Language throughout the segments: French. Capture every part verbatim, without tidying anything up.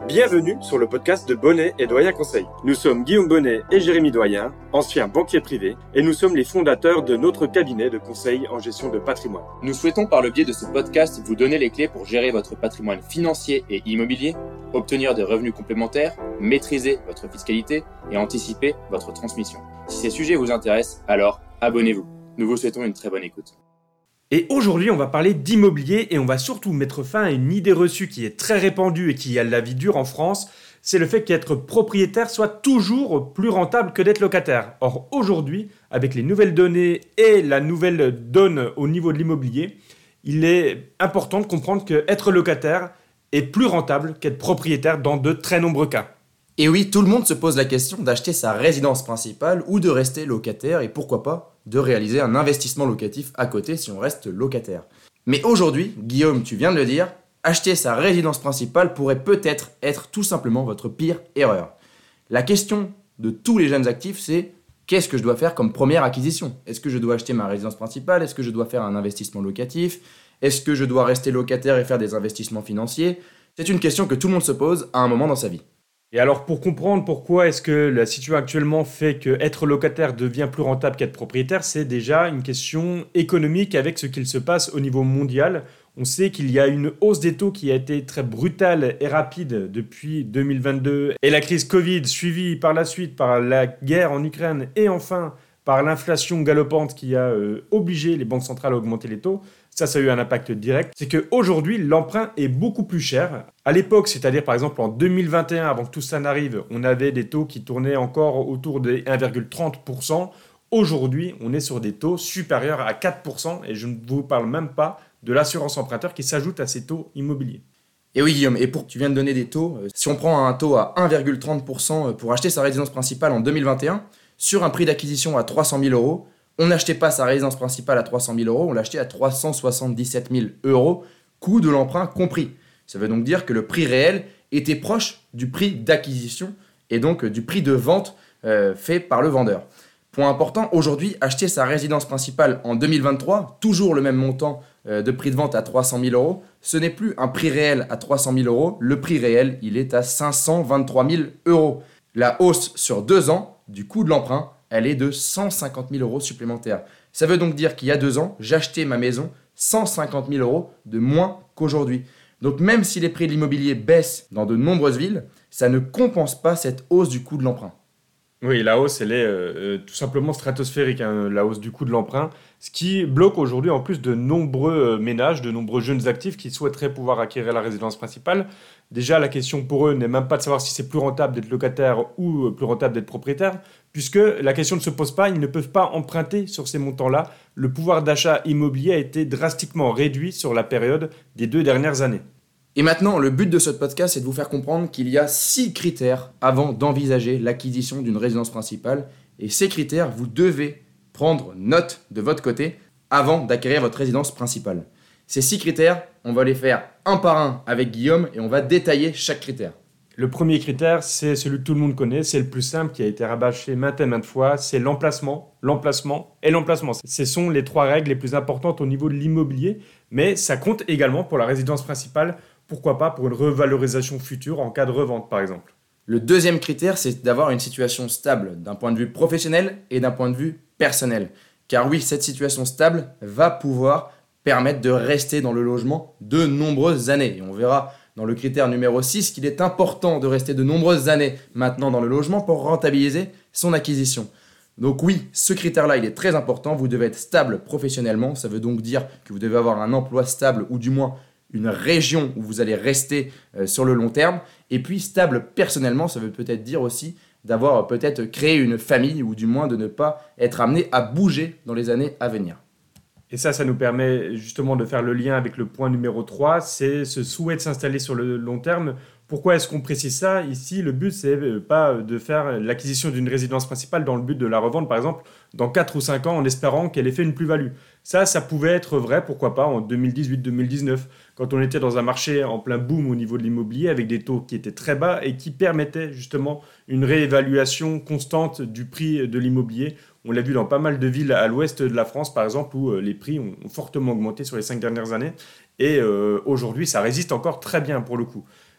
Bienvenue sur le podcast de Bonnet et Doyen Conseil. Nous sommes Guillaume Bonnet et Jérémy Doyen, anciens banquiers privés, et nous sommes les fondateurs de notre cabinet de conseil en gestion de patrimoine. Nous souhaitons par le biais de ce podcast vous donner les clés pour gérer votre patrimoine financier et immobilier, obtenir des revenus complémentaires, maîtriser votre fiscalité et anticiper votre transmission. Si ces sujets vous intéressent, alors abonnez-vous. Nous vous souhaitons une très bonne écoute. Et aujourd'hui, on va parler d'immobilier et on va surtout mettre fin à une idée reçue qui est très répandue et qui a la vie dure en France. C'est le fait qu'être propriétaire soit toujours plus rentable que d'être locataire. Or, aujourd'hui, avec les nouvelles données et la nouvelle donne au niveau de l'immobilier, il est important de comprendre qu'être locataire est plus rentable qu'être propriétaire dans de très nombreux cas. Et oui, tout le monde se pose la question d'acheter sa résidence principale ou de rester locataire et pourquoi pas de réaliser un investissement locatif à côté si on reste locataire. Mais aujourd'hui, Guillaume, tu viens de le dire, acheter sa résidence principale pourrait peut-être être tout simplement votre pire erreur. La question de tous les jeunes actifs, c'est qu'est-ce que je dois faire comme première acquisition ? Est-ce que je dois acheter ma résidence principale ? Est-ce que je dois faire un investissement locatif ? Est-ce que je dois rester locataire et faire des investissements financiers ? C'est une question que tout le monde se pose à un moment dans sa vie. Et alors, pour comprendre pourquoi est-ce que la situation actuellement fait qu'être locataire devient plus rentable qu'être propriétaire, c'est déjà une question économique avec ce qu'il se passe au niveau mondial. On sait qu'il y a une hausse des taux qui a été très brutale et rapide depuis deux mille vingt-deux et la crise Covid suivie par la suite par la guerre en Ukraine et enfin par l'inflation galopante qui a euh, obligé les banques centrales à augmenter les taux. Ça, ça a eu un impact direct. C'est qu'aujourd'hui, l'emprunt est beaucoup plus cher. À l'époque, c'est-à-dire par exemple en deux mille vingt et un, avant que tout ça n'arrive, on avait des taux qui tournaient encore autour des un virgule trente pour cent. Aujourd'hui, on est sur des taux supérieurs à quatre pour cent et je ne vous parle même pas de l'assurance emprunteur qui s'ajoute à ces taux immobiliers. Et oui Guillaume, et pour que tu viennes de donner des taux, euh, si on prend un taux à un virgule trente pour cent pour acheter sa résidence principale en deux mille vingt et un, sur un prix d'acquisition à trois cent mille euros, on n'achetait pas sa résidence principale à trois cent mille euros, on l'achetait à trois cent soixante-dix-sept mille euros, coût de l'emprunt compris. Ça veut donc dire que le prix réel était proche du prix d'acquisition et donc du prix de vente euh, fait par le vendeur. Point important, aujourd'hui, acheter sa résidence principale en deux mille vingt-trois, toujours le même montant euh, de prix de vente à trois cent mille euros, ce n'est plus un prix réel à trois cent mille euros, le prix réel, il est à cinq cent vingt-trois mille euros. La hausse sur deux ans du coût de l'emprunt, elle est de cent cinquante mille euros supplémentaires. Ça veut donc dire qu'il y a deux ans, j'achetais ma maison cent cinquante mille euros de moins qu'aujourd'hui. Donc même si les prix de l'immobilier baissent dans de nombreuses villes, ça ne compense pas cette hausse du coût de l'emprunt. Oui, la hausse, elle est euh, tout simplement stratosphérique, hein, la hausse du coût de l'emprunt, ce qui bloque aujourd'hui en plus de nombreux euh, ménages, de nombreux jeunes actifs qui souhaiteraient pouvoir acquérir la résidence principale. Déjà, la question pour eux n'est même pas de savoir si c'est plus rentable d'être locataire ou plus rentable d'être propriétaire, puisque la question ne se pose pas, ils ne peuvent pas emprunter sur ces montants-là. Le pouvoir d'achat immobilier a été drastiquement réduit sur la période des deux dernières années. Et maintenant, le but de ce podcast, c'est de vous faire comprendre qu'il y a six critères avant d'envisager l'acquisition d'une résidence principale. Et ces critères, vous devez prendre note de votre côté avant d'acquérir votre résidence principale. Ces six critères, on va les faire un par un avec Guillaume et on va détailler chaque critère. Le premier critère, c'est celui que tout le monde connaît, c'est le plus simple qui a été rabâché maintes et maintes fois, c'est l'emplacement, l'emplacement et l'emplacement. Ce sont les trois règles les plus importantes au niveau de l'immobilier, mais ça compte également pour la résidence principale. Pourquoi pas pour une revalorisation future en cas de revente, par exemple. Le deuxième critère, c'est d'avoir une situation stable d'un point de vue professionnel et d'un point de vue personnel. Car oui, cette situation stable va pouvoir permettre de rester dans le logement de nombreuses années. Et on verra dans le critère numéro six qu'il est important de rester de nombreuses années maintenant dans le logement pour rentabiliser son acquisition. Donc oui, ce critère-là, il est très important. Vous devez être stable professionnellement. Ça veut donc dire que vous devez avoir un emploi stable ou du moins une région où vous allez rester euh, sur le long terme. Et puis stable personnellement, ça veut peut-être dire aussi d'avoir euh, peut-être créé une famille ou du moins de ne pas être amené à bouger dans les années à venir. Et ça, ça nous permet justement de faire le lien avec le point numéro trois, c'est ce souhait de s'installer sur le long terme. Pourquoi est-ce qu'on précise ça ? Ici, le but, c'est pas de faire l'acquisition d'une résidence principale dans le but de la revendre, par exemple, dans quatre ou cinq ans en espérant qu'elle ait fait une plus-value. Ça, ça pouvait être vrai, pourquoi pas, en deux mille dix-huit deux mille dix-neuf, quand on était dans un marché en plein boom au niveau de l'immobilier, avec des taux qui étaient très bas et qui permettaient justement une réévaluation constante du prix de l'immobilier. On l'a vu dans pas mal de villes à l'ouest de la France, par exemple, où les prix ont fortement augmenté sur les cinq dernières années. Et euh, aujourd'hui, ça résiste encore très bien pour le coup.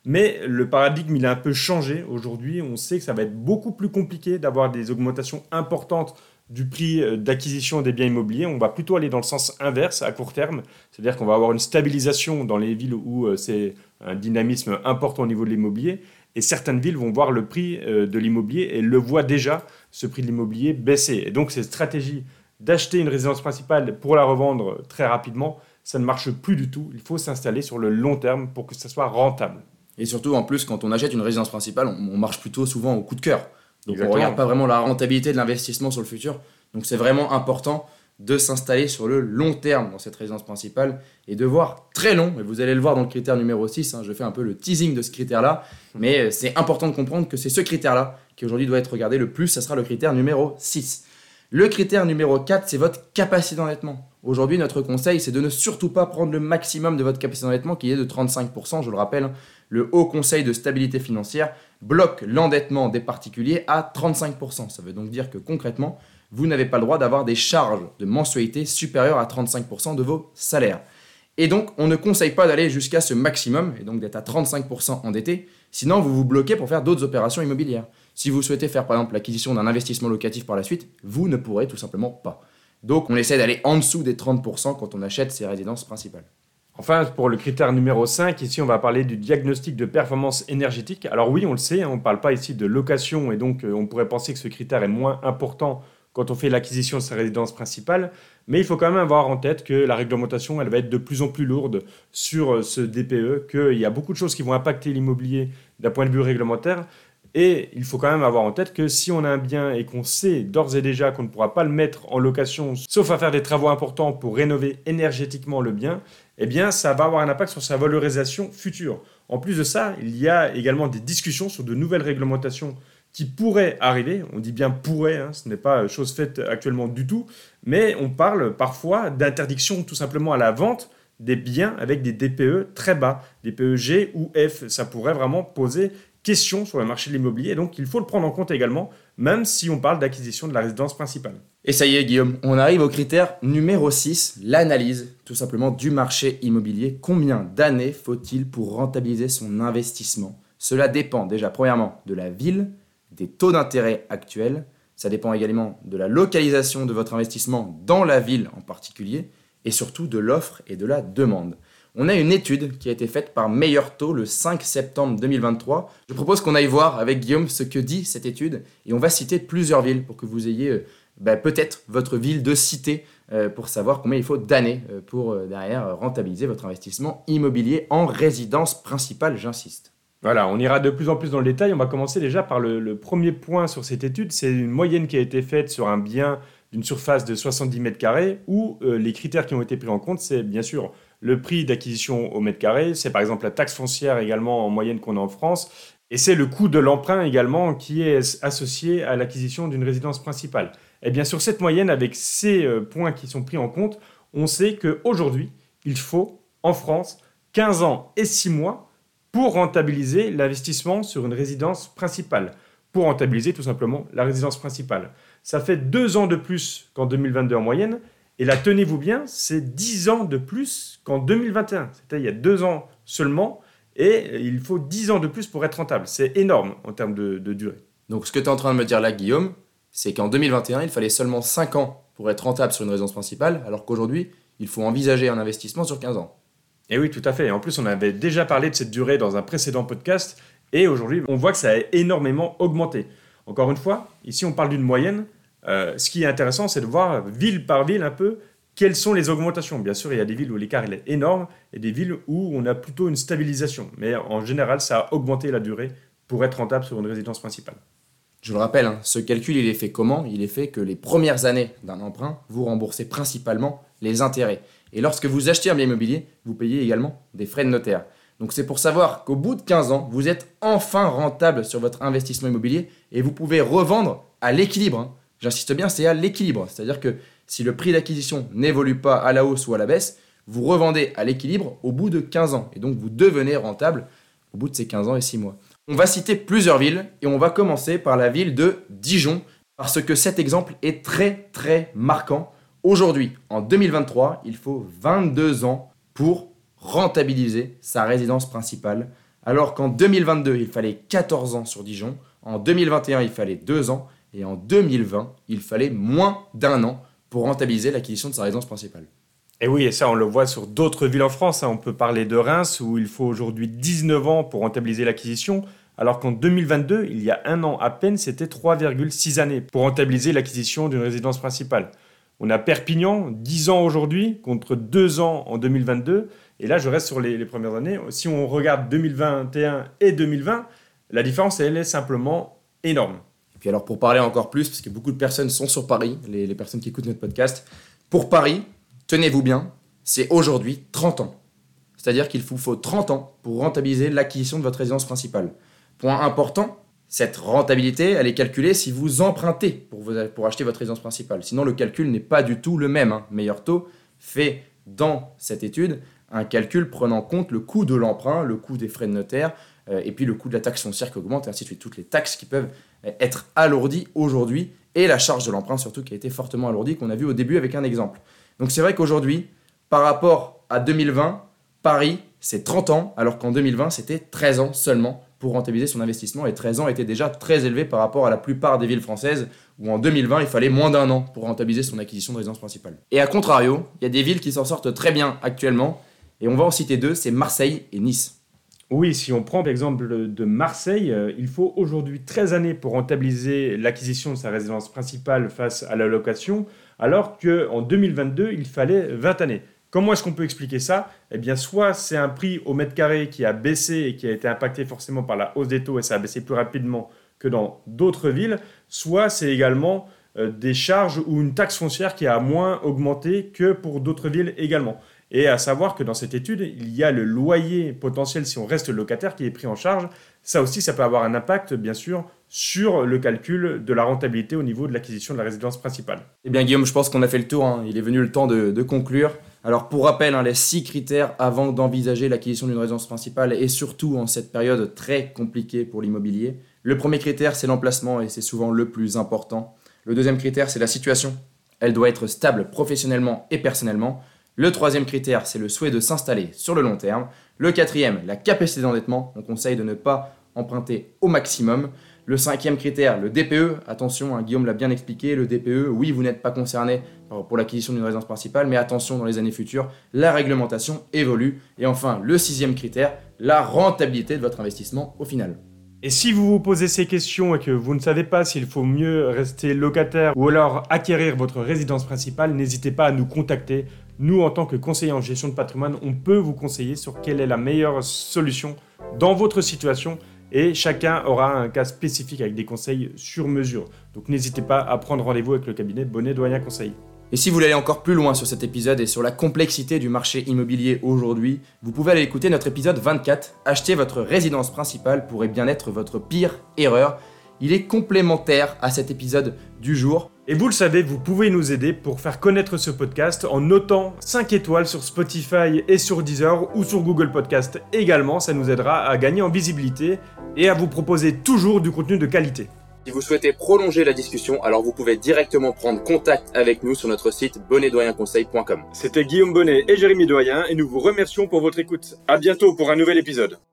Mais le paradigme, il a un peu changé. Aujourd'hui, on sait que ça va être beaucoup plus compliqué d'avoir des augmentations importantes du prix d'acquisition des biens immobiliers. On va plutôt aller dans le sens inverse à court terme, c'est-à-dire qu'on va avoir une stabilisation dans les villes où c'est un dynamisme important au niveau de l'immobilier, et certaines villes vont voir le prix de l'immobilier et le voient déjà, ce prix de l'immobilier baisser. Et donc cette stratégie d'acheter une résidence principale pour la revendre très rapidement, ça ne marche plus du tout. Il faut s'installer sur le long terme pour que ça soit rentable. Et surtout, en plus, quand on achète une résidence principale, on, on marche plutôt souvent au coup de cœur. Donc Exactement. on ne regarde pas vraiment la rentabilité de l'investissement sur le futur. Donc c'est vraiment important de s'installer sur le long terme dans cette résidence principale et de voir très long. Et vous allez le voir dans le critère numéro six, hein, je fais un peu le teasing de ce critère-là, mais c'est important de comprendre que c'est ce critère-là qui aujourd'hui doit être regardé le plus, ça sera le critère numéro six. Le critère numéro quatre, c'est votre capacité d'endettement. Aujourd'hui, notre conseil, c'est de ne surtout pas prendre le maximum de votre capacité d'endettement qui est de trente-cinq pour cent. Je le rappelle, le Haut Conseil de stabilité financière bloque l'endettement des particuliers à trente-cinq pour cent. Ça veut donc dire que concrètement, vous n'avez pas le droit d'avoir des charges de mensualité supérieures à trente-cinq pour cent de vos salaires. Et donc, on ne conseille pas d'aller jusqu'à ce maximum, et donc d'être à trente-cinq pour cent endetté, sinon vous vous bloquez pour faire d'autres opérations immobilières. Si vous souhaitez faire par exemple l'acquisition d'un investissement locatif par la suite, vous ne pourrez tout simplement pas. Donc on essaie d'aller en dessous des trente pour cent quand on achète ses résidences principales. Enfin, pour le critère numéro cinq, ici on va parler du diagnostic de performance énergétique. Alors oui, on le sait, hein, on ne parle pas ici de location, et donc euh, on pourrait penser que ce critère est moins important quand on fait l'acquisition de sa résidence principale, mais il faut quand même avoir en tête que la réglementation, elle va être de plus en plus lourde sur ce D P E, qu'il y a beaucoup de choses qui vont impacter l'immobilier d'un point de vue réglementaire, et il faut quand même avoir en tête que si on a un bien et qu'on sait d'ores et déjà qu'on ne pourra pas le mettre en location, sauf à faire des travaux importants pour rénover énergétiquement le bien, eh bien ça va avoir un impact sur sa valorisation future. En plus de ça, il y a également des discussions sur de nouvelles réglementations qui pourrait arriver, on dit bien pourrait, hein, ce n'est pas chose faite actuellement du tout, mais on parle parfois d'interdiction tout simplement à la vente des biens avec des D P E très bas, des D P E G ou F. Ça pourrait vraiment poser question sur le marché de l'immobilier, donc il faut le prendre en compte également, même si on parle d'acquisition de la résidence principale. Et ça y est Guillaume, on arrive au critère numéro six, l'analyse tout simplement du marché immobilier. Combien d'années faut-il pour rentabiliser son investissement ? Cela dépend déjà premièrement de la ville, des taux d'intérêt actuels, ça dépend également de la localisation de votre investissement dans la ville en particulier, et surtout de l'offre et de la demande. On a une étude qui a été faite par Meilleur Taux le cinq septembre deux mille vingt-trois. Je propose qu'on aille voir avec Guillaume ce que dit cette étude, et on va citer plusieurs villes pour que vous ayez euh, bah, peut-être votre ville de citer euh, pour savoir combien il faut d'années euh, pour euh, derrière rentabiliser votre investissement immobilier en résidence principale, j'insiste. Voilà, on ira de plus en plus dans le détail. On va commencer déjà par le, le premier point sur cette étude. C'est une moyenne qui a été faite sur un bien d'une surface de soixante-dix mètres carrés où euh, les critères qui ont été pris en compte, c'est bien sûr le prix d'acquisition au mètre carré, c'est par exemple la taxe foncière également en moyenne qu'on a en France, et c'est le coût de l'emprunt également qui est associé à l'acquisition d'une résidence principale. Et bien sur cette moyenne, avec ces euh, points qui sont pris en compte, on sait qu'aujourd'hui, il faut en France quinze ans et six mois pour rentabiliser l'investissement sur une résidence principale, pour rentabiliser tout simplement la résidence principale. Ça fait deux ans de plus qu'en deux mille vingt-deux en moyenne, et là, tenez-vous bien, c'est dix ans de plus qu'en deux mille vingt et un. C'était il y a deux ans seulement, et il faut dix ans de plus pour être rentable. C'est énorme en termes de, de durée. Donc ce que tu es en train de me dire là, Guillaume, c'est qu'en deux mille vingt et un, il fallait seulement cinq ans pour être rentable sur une résidence principale, alors qu'aujourd'hui, il faut envisager un investissement sur quinze ans. Et oui, tout à fait. Et en plus, on avait déjà parlé de cette durée dans un précédent podcast. Et aujourd'hui, on voit que ça a énormément augmenté. Encore une fois, ici, on parle d'une moyenne. Euh, ce qui est intéressant, c'est de voir ville par ville un peu quelles sont les augmentations. Bien sûr, il y a des villes où l'écart il est énorme et des villes où on a plutôt une stabilisation. Mais en général, ça a augmenté la durée pour être rentable sur une résidence principale. Je le rappelle, hein, ce calcul, il est fait comment ? Il est fait que les premières années d'un emprunt, vous remboursez principalement les intérêts. Et lorsque vous achetez un bien immobilier, vous payez également des frais de notaire. Donc c'est pour savoir qu'au bout de quinze ans, vous êtes enfin rentable sur votre investissement immobilier et vous pouvez revendre à l'équilibre. Hein. J'insiste bien, c'est à l'équilibre. C'est-à-dire que si le prix d'acquisition n'évolue pas à la hausse ou à la baisse, vous revendez à l'équilibre au bout de quinze ans. Et donc vous devenez rentable au bout de ces quinze ans et six mois. On va citer plusieurs villes et on va commencer par la ville de Dijon parce que cet exemple est très très marquant. Aujourd'hui, en deux mille vingt-trois, il faut vingt-deux ans pour rentabiliser sa résidence principale alors qu'en deux mille vingt-deux, il fallait quatorze ans sur Dijon, en deux mille vingt et un, il fallait deux ans, et en deux mille vingt, il fallait moins d'un an pour rentabiliser l'acquisition de sa résidence principale. Et oui, et ça, on le voit sur d'autres villes en France. Hein. On peut parler de Reims, où il faut aujourd'hui dix-neuf ans pour rentabiliser l'acquisition, alors qu'en deux mille vingt-deux, il y a un an à peine, c'était trois virgule six années pour rentabiliser l'acquisition d'une résidence principale. On a Perpignan, dix ans aujourd'hui, contre deux ans en deux mille vingt-deux. Et là, je reste sur les, les premières années. Si on regarde deux mille vingt et un et deux mille vingt, la différence, elle est simplement énorme. Et puis alors, pour parler encore plus, parce que beaucoup de personnes sont sur Paris, les, les personnes qui écoutent notre podcast, pour Paris, tenez-vous bien, c'est aujourd'hui trente ans. C'est-à-dire qu'il vous faut trente ans pour rentabiliser l'acquisition de votre résidence principale. Point important, cette rentabilité, elle est calculée si vous empruntez pour, vous, pour acheter votre résidence principale. Sinon, le calcul n'est pas du tout le même. Hein. Meilleur taux fait dans cette étude un calcul prenant en compte le coût de l'emprunt, le coût des frais de notaire, euh, et puis le coût de la taxe foncière qui augmente, et ainsi de suite. Toutes les taxes qui peuvent être alourdies aujourd'hui, et la charge de l'emprunt surtout qui a été fortement alourdie, qu'on a vu au début avec un exemple. Donc c'est vrai qu'aujourd'hui, par rapport à deux mille vingt, Paris, c'est trente ans, alors qu'en deux mille vingt, c'était treize ans seulement pour rentabiliser son investissement, et treize ans était déjà très élevé par rapport à la plupart des villes françaises, où en deux mille vingt, il fallait moins d'un an pour rentabiliser son acquisition de résidence principale. Et à contrario, il y a des villes qui s'en sortent très bien actuellement, et on va en citer deux, c'est Marseille et Nice. Oui, si on prend l'exemple de Marseille, euh, il faut aujourd'hui treize années pour rentabiliser l'acquisition de sa résidence principale face à la location, alors qu'en deux mille vingt-deux, il fallait vingt années. Comment est-ce qu'on peut expliquer ça ? Eh bien, soit c'est un prix au mètre carré qui a baissé et qui a été impacté forcément par la hausse des taux et ça a baissé plus rapidement que dans d'autres villes, soit c'est également euh, des charges ou une taxe foncière qui a moins augmenté que pour d'autres villes également. Et à savoir que dans cette étude, il y a le loyer potentiel si on reste locataire qui est pris en charge. Ça aussi, ça peut avoir un impact, bien sûr, sur le calcul de la rentabilité au niveau de l'acquisition de la résidence principale. Eh bien, Guillaume, je pense qu'on a fait le tour. Hein. Il est venu le temps de, de conclure. Alors, pour rappel, hein, les six critères avant d'envisager l'acquisition d'une résidence principale et surtout en cette période très compliquée pour l'immobilier. Le premier critère, c'est l'emplacement et c'est souvent le plus important. Le deuxième critère, c'est la situation. Elle doit être stable professionnellement et personnellement. Le troisième critère, c'est le souhait de s'installer sur le long terme. Le quatrième, la capacité d'endettement. On conseille de ne pas emprunter au maximum. Le cinquième critère, le D P E. Attention, hein, Guillaume l'a bien expliqué, le D P E, oui, vous n'êtes pas concerné pour l'acquisition d'une résidence principale, mais attention, dans les années futures, la réglementation évolue. Et enfin, le sixième critère, la rentabilité de votre investissement au final. Et si vous vous posez ces questions et que vous ne savez pas s'il faut mieux rester locataire ou alors acquérir votre résidence principale, n'hésitez pas à nous contacter. Nous, en tant que conseiller en gestion de patrimoine, on peut vous conseiller sur quelle est la meilleure solution dans votre situation et chacun aura un cas spécifique avec des conseils sur mesure. Donc n'hésitez pas à prendre rendez-vous avec le cabinet Bonnet Doyen Conseil. Et si vous voulez aller encore plus loin sur cet épisode et sur la complexité du marché immobilier aujourd'hui, vous pouvez aller écouter notre épisode vingt-quatre, Acheter votre résidence principale pourrait bien être votre pire erreur. Il est complémentaire à cet épisode du jour. Et vous le savez, vous pouvez nous aider pour faire connaître ce podcast en notant cinq étoiles sur Spotify et sur Deezer ou sur Google Podcast également. Ça nous aidera à gagner en visibilité et à vous proposer toujours du contenu de qualité. Si vous souhaitez prolonger la discussion, alors vous pouvez directement prendre contact avec nous sur notre site bonnet doyen conseil point com. C'était Guillaume Bonnet et Jérémy Doyen et nous vous remercions pour votre écoute. À bientôt pour un nouvel épisode.